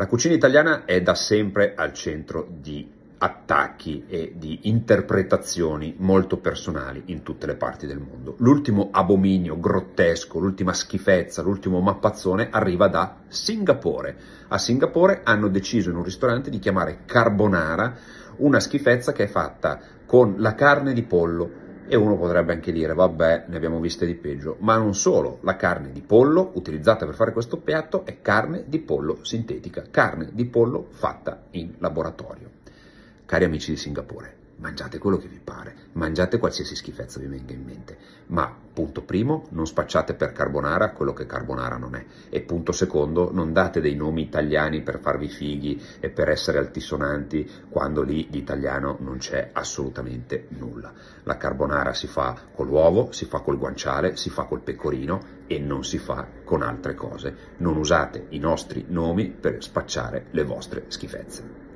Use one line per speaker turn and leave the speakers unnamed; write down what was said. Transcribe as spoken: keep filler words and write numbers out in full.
La cucina italiana è da sempre al centro di attacchi e di interpretazioni molto personali in tutte le parti del mondo. L'ultimo abominio grottesco, l'ultima schifezza, l'ultimo mappazzone arriva da Singapore. A Singapore hanno deciso in un ristorante di chiamare carbonara una schifezza che è fatta con la carne di pollo. E uno potrebbe anche dire, vabbè, ne abbiamo viste di peggio, ma non solo, la carne di pollo utilizzata per fare questo piatto è carne di pollo sintetica, carne di pollo fatta in laboratorio. Cari amici di Singapore, mangiate quello che vi pare, mangiate qualsiasi schifezza vi venga in mente, ma punto primo, non spacciate per carbonara quello che carbonara non è, e punto secondo, non date dei nomi italiani per farvi fighi e per essere altisonanti quando lì di italiano non c'è assolutamente nulla. La carbonara si fa con l'uovo, si fa col guanciale, si fa col pecorino e non si fa con altre cose. Non usate i nostri nomi per spacciare le vostre schifezze.